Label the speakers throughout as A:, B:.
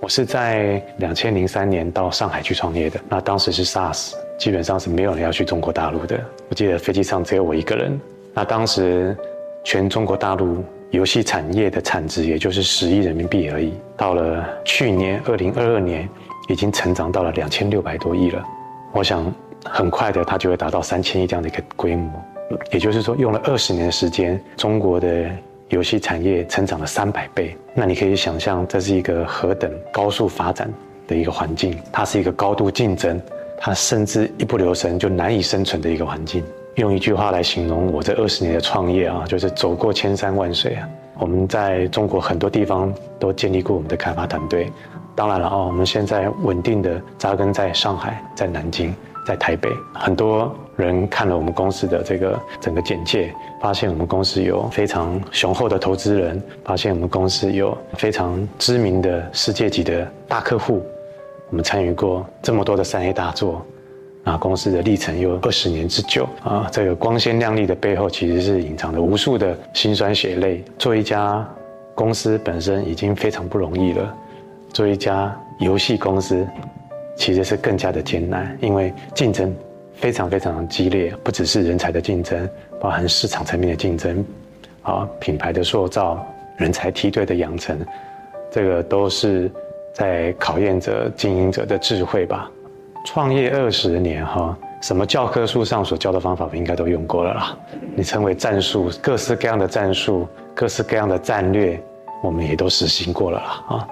A: 我是在2003年到上海去创业的，那当时是 SARS， 基本上是没有人要去中国大陆的。我记得飞机上只有我一个人。那当时全中国大陆游戏产业的产值也就是10亿人民币而已，到了去年2022年已经成长到了2600多亿了。我想很快的它就会达到3000亿这样的一个规模，也就是说用了20年的时间，中国的游戏产业成长了300倍。那你可以想象这是一个何等高速发展的一个环境，它是一个高度竞争，它甚至一不留神就难以生存的一个环境。用一句话来形容我这20年的创业啊，就是走过千山万水啊。我们在中国很多地方都建立过我们的开发团队，当然了我们现在稳定的扎根在上海、在南京、在台北。很多人看了我们公司的这个整个简介，发现我们公司有非常雄厚的投资人，发现我们公司有非常知名的世界级的大客户，我们参与过这么多的3A 大作。公司的历程有20年之久这个光鲜亮丽的背后其实是隐藏着无数的辛酸血泪。做一家公司本身已经非常不容易了，做一家游戏公司其实是更加的艰难，因为竞争非常非常激烈，不只是人才的竞争，包含市场层面的竞争品牌的塑造、人才梯队的养成，这个都是在考验着经营者的智慧吧。创业20年什么教科书上所教的方法我应该都用过了啦。你称为战术，各式各样的战术，各式各样的战略，我们也都实行过了啦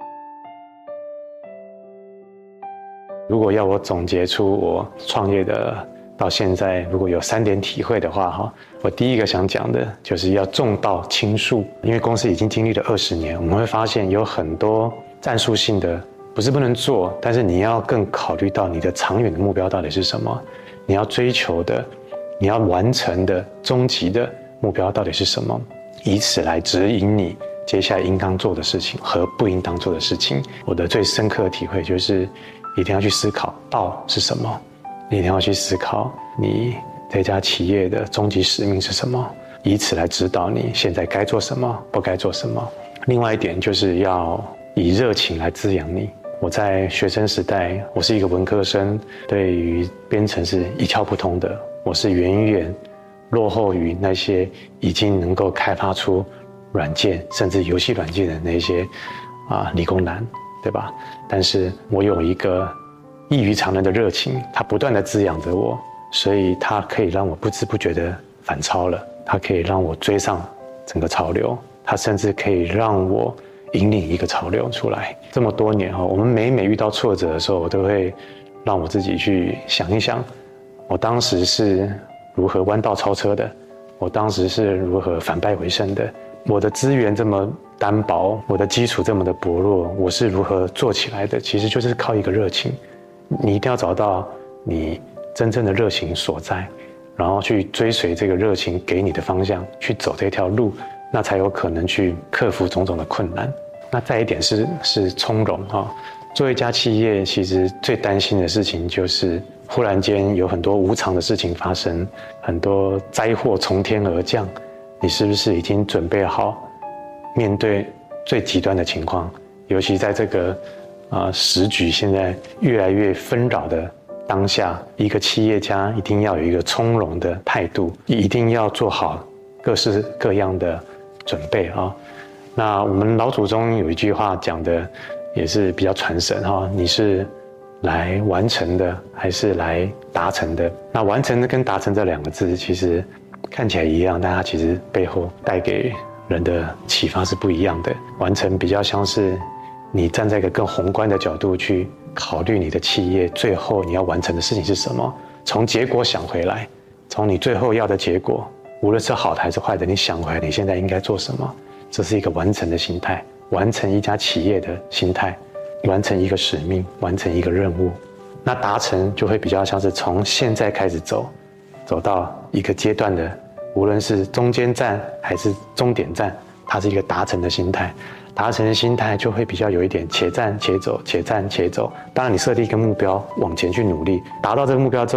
A: 如果要我总结出我创业的到现在，如果有3点体会的话我第一个想讲的就是要重道轻术。因为公司已经经历了20年，我们会发现有很多战术性的不是不能做，但是你要更考虑到你的长远的目标到底是什么，你要追求的，你要完成的终极的目标到底是什么，以此来指引你接下来应当做的事情和不应当做的事情。我的最深刻的体会就是一定要去思考道是什么，你一定要去思考你这家企业的终极使命是什么，以此来指导你现在该做什么，不该做什么。另外一点就是要以热情来滋养你。我在学生时代，我是一个文科生，对于编程是一窍不通的，我是远远落后于那些已经能够开发出软件甚至游戏软件的那些理工男，对吧？但是我有一个异于常人的热情，它不断地滋养着我，所以它可以让我不知不觉地反超了，它可以让我追上整个潮流，它甚至可以让我引领一个潮流出来。这么多年我们每遇到挫折的时候，我都会让我自己去想一想，我当时是如何弯道超车的，我当时是如何反败为胜的，我的资源这么单薄，我的基础这么的薄弱，我是如何做起来的。其实就是靠一个热情，你一定要找到你真正的热情所在，然后去追随这个热情给你的方向，去走这条路，那才有可能去克服种种的困难。那再一点是从容做一家企业，其实最担心的事情就是忽然间有很多无常的事情发生，很多灾祸从天而降，你是不是已经准备好面对最极端的情况？尤其在这个时局现在越来越纷扰的当下，一个企业家一定要有一个从容的态度，一定要做好各式各样的准备那我们老祖宗有一句话讲的也是比较传神你是来完成的还是来达成的？那完成跟达成这2个字其实看起来一样，但它其实背后带给人的启发是不一样的。完成比较像是你站在一个更宏观的角度去考虑你的企业最后你要完成的事情是什么，从结果想回来，从你最后要的结果，无论是好的还是坏的，你想回来你现在应该做什么，这是一个完成的心态，完成一家企业的心态，完成一个使命，完成一个任务。那达成就会比较像是从现在开始走到一个阶段的，无论是中间站还是终点站，它是一个达成的心态。达成的心态就会比较有一点且战且走，且战且走。当然你设立一个目标往前去努力，达到这个目标之后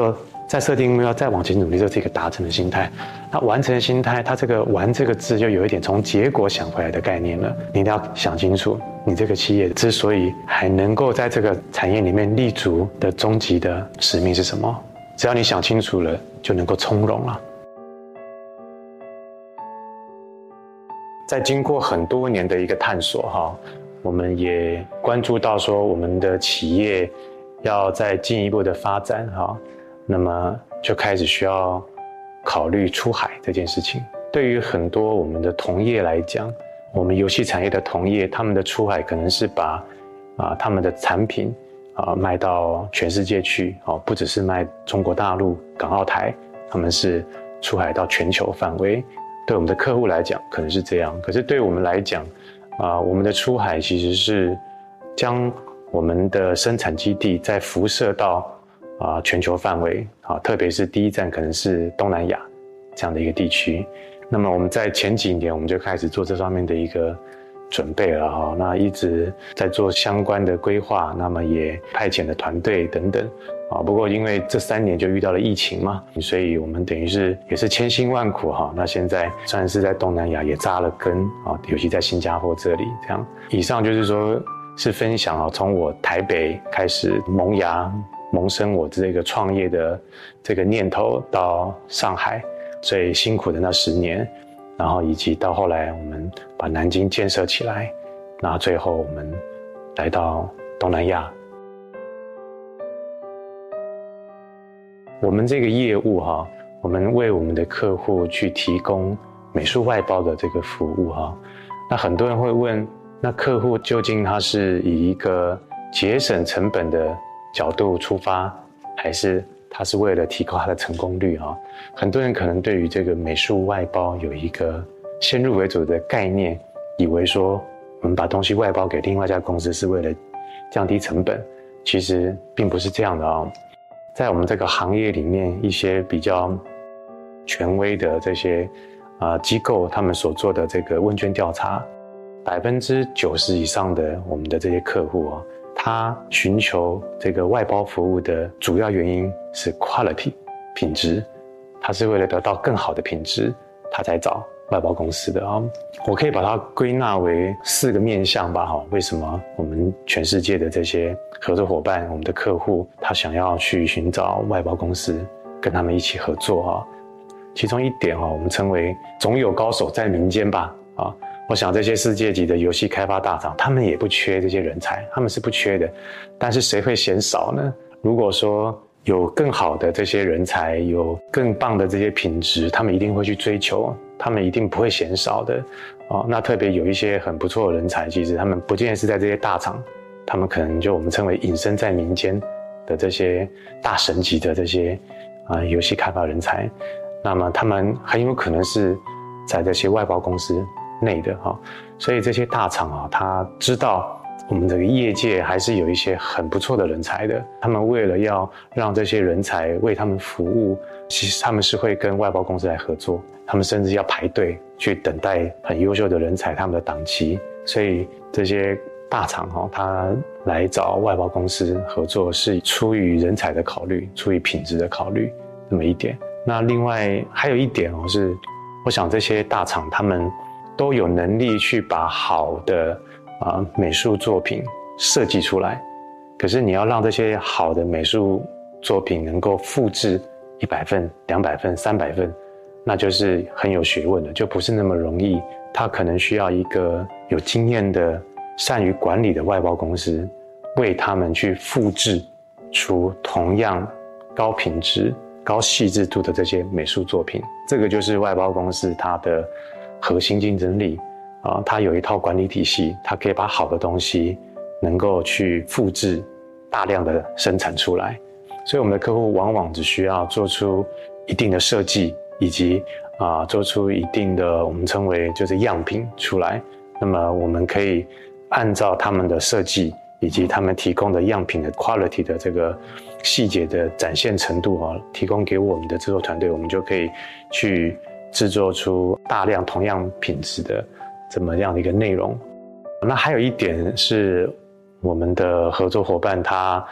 A: 再设定目标，再往前努力，这是一个达成的心态。那完成的心态，它这个“完”这个字就有一点从结果想回来的概念了。你一定要想清楚，你这个企业之所以还能够在这个产业里面立足的终极的使命是什么？只要你想清楚了，就能够从容了。在经过很多年的一个探索我们也关注到说，我们的企业要再进一步的发展那么就开始需要考虑出海这件事情。对于很多我们的同业来讲，我们游戏产业的同业，他们的出海可能是把他们的产品卖到全世界去不只是卖中国大陆、港澳台，他们是出海到全球范围。对我们的客户来讲可能是这样，可是对我们来讲我们的出海其实是将我们的生产基地再辐射到全球范围特别是第一站可能是东南亚这样的一个地区。那么我们在前几年我们就开始做这方面的一个准备了那一直在做相关的规划，那么也派遣了团队等等不过因为这3年就遇到了疫情嘛，所以我们等于是也是千辛万苦那现在算是在东南亚也扎了根尤其在新加坡这里这样。以上就是说是分享从我台北开始萌芽萌生我这个创业的这个念头，到上海最辛苦的那10年，然后以及到后来我们把南京建设起来，那最后我们来到东南亚。我们这个业务我们为我们的客户去提供美术外包的这个服务那很多人会问，那客户究竟他是以一个节省成本的角度出发，还是他是为了提高他的成功率很多人可能对于这个美术外包有一个先入为主的概念，以为说我们把东西外包给另外一家公司是为了降低成本，其实并不是这样的在我们这个行业里面，一些比较权威的这些机构，他们所做的这个问卷调查，90%以上的我们的这些客户他寻求这个外包服务的主要原因是 quality 品质，他是为了得到更好的品质，他才找外包公司的我可以把它归纳为4个面向吧为什么我们全世界的这些合作伙伴，我们的客户，他想要去寻找外包公司跟他们一起合作其中一点我们称为总有高手在民间吧我想这些世界级的游戏开发大厂，他们也不缺这些人才，他们是不缺的，但是谁会嫌少呢？如果说有更好的这些人才，有更棒的这些品质，他们一定会去追求，他们一定不会嫌少的那特别有一些很不错的人才，其实他们不见得是在这些大厂，他们可能就我们称为隐身在民间的这些大神级的这些游戏开发人才，那么他们很有可能是在这些外包公司内的所以这些大厂他知道我们这个业界还是有一些很不错的人才的，他们为了要让这些人才为他们服务，其实他们是会跟外包公司来合作，他们甚至要排队去等待很优秀的人才他们的档期，所以这些大厂他来找外包公司合作是出于人才的考虑，出于品质的考虑这么一点。那另外还有一点是我想这些大厂他们都有能力去把好的美术作品设计出来，可是你要让这些好的美术作品能够复制100份、200份、300份，那就是很有学问的，就不是那么容易。它可能需要一个有经验的、善于管理的外包公司，为他们去复制出同样高品质、高细致度的这些美术作品。这个就是外包公司它的核心竞争力它有一套管理体系，它可以把好的东西能够去复制，大量的生产出来。所以我们的客户往往只需要做出一定的设计，以及做出一定的我们称为就是样品出来，那么我们可以按照他们的设计以及他们提供的样品的 quality 的这个细节的展现程度提供给我们的制作团队，我们就可以去制作出大量同样品质的这么样的一个内容。那还有一点是我们的合作伙伴他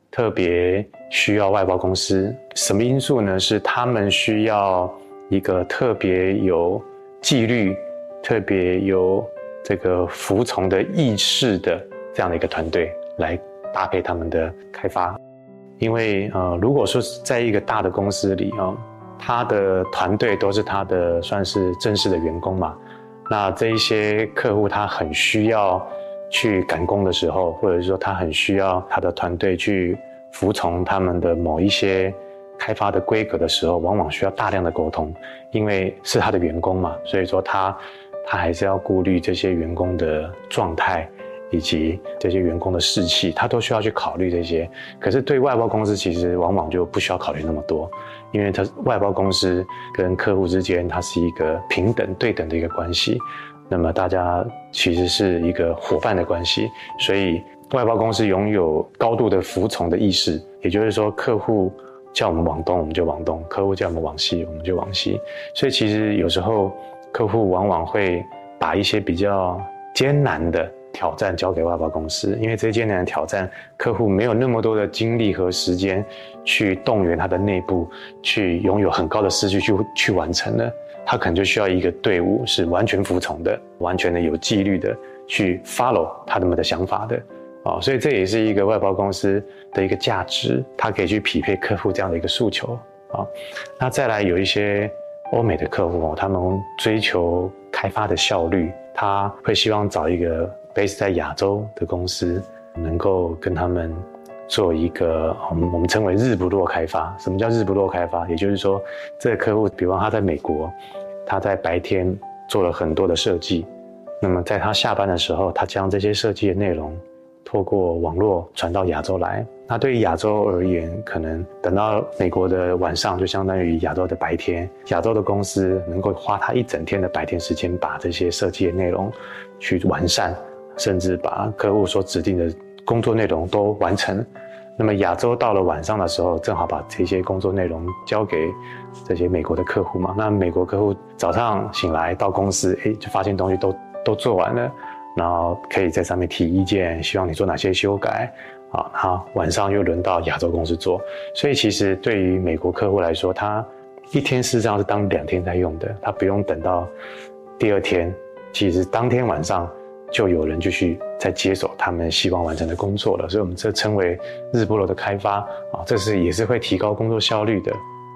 A: 特别需要外包公司。什么因素呢？是他们需要一个特别有纪律、特别有这个服从的意识的这样的一个团队来搭配他们的开发。因为如果说在一个大的公司里他的团队都是他的算是正式的员工嘛，那这一些客户他很需要去赶工的时候，或者说他很需要他的团队去服从他们的某一些开发的规格的时候，往往需要大量的沟通，因为是他的员工嘛，所以说他还是要顾虑这些员工的状态以及这些员工的士气，他都需要去考虑这些。可是对外包公司其实往往就不需要考虑那么多，因为它外包公司跟客户之间它是一个平等对等的一个关系，那么大家其实是一个伙伴的关系，所以外包公司拥有高度的服从的意识，也就是说客户叫我们往东我们就往东，客户叫我们往西我们就往西。所以其实有时候客户往往会把一些比较艰难的挑战交给外包公司，因为这些艰难的挑战客户没有那么多的精力和时间去动员他的内部去拥有很高的士气去完成了，他可能就需要一个队伍是完全服从的，完全的有纪律的去 follow 他们的想法的所以这也是一个外包公司的一个价值，它可以去匹配客户这样的一个诉求那再来有一些欧美的客户他们追求开发的效率，他会希望找一个 base 在亚洲的公司，能够跟他们做一个我们称为日不落开发。什么叫日不落开发？也就是说这个客户比方他在美国，他在白天做了很多的设计，那么在他下班的时候，他将这些设计的内容透过网络传到亚洲来。那对于亚洲而言，可能等到美国的晚上就相当于亚洲的白天，亚洲的公司能够花他一整天的白天时间把这些设计的内容去完善，甚至把客户所指定的工作内容都完成。那么亚洲到了晚上的时候，正好把这些工作内容交给这些美国的客户嘛。那美国客户早上醒来到公司，就发现东西都做完了，然后可以在上面提意见，希望你做哪些修改然后晚上又轮到亚洲公司做。所以其实对于美国客户来说，他一天事实上是当2天在用的，他不用等到第2天，其实当天晚上就有人继续在接手他们希望完成的工作了。所以我们这称为日不落的开发这也是会提高工作效率的。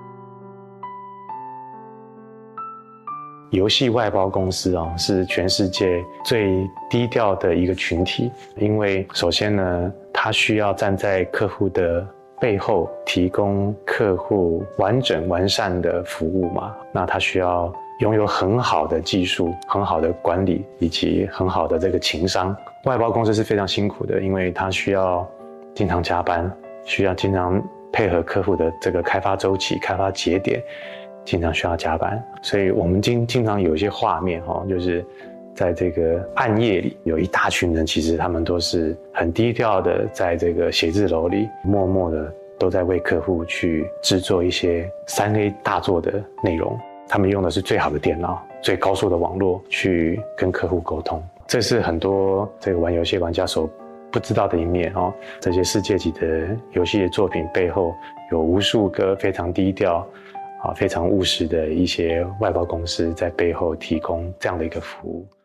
A: 游戏外包公司是全世界最低调的一个群体，因为首先呢，它需要站在客户的背后提供客户完整完善的服务嘛，那它需要拥有很好的技术、很好的管理以及很好的这个情商。外包公司是非常辛苦的，因为它需要经常加班，需要经常配合客户的这个开发周期、开发节点，经常需要加班。所以我们经常有一些画面就是在这个暗夜里，有一大群人，其实他们都是很低调的，在这个写字楼里默默的都在为客户去制作一些3A 大作的内容。他们用的是最好的电脑、最高速的网络去跟客户沟通，这是很多这个玩游戏玩家所不知道的一面这些世界级的游戏的作品背后，有无数个非常低调非常务实的一些外包公司在背后提供这样的一个服务。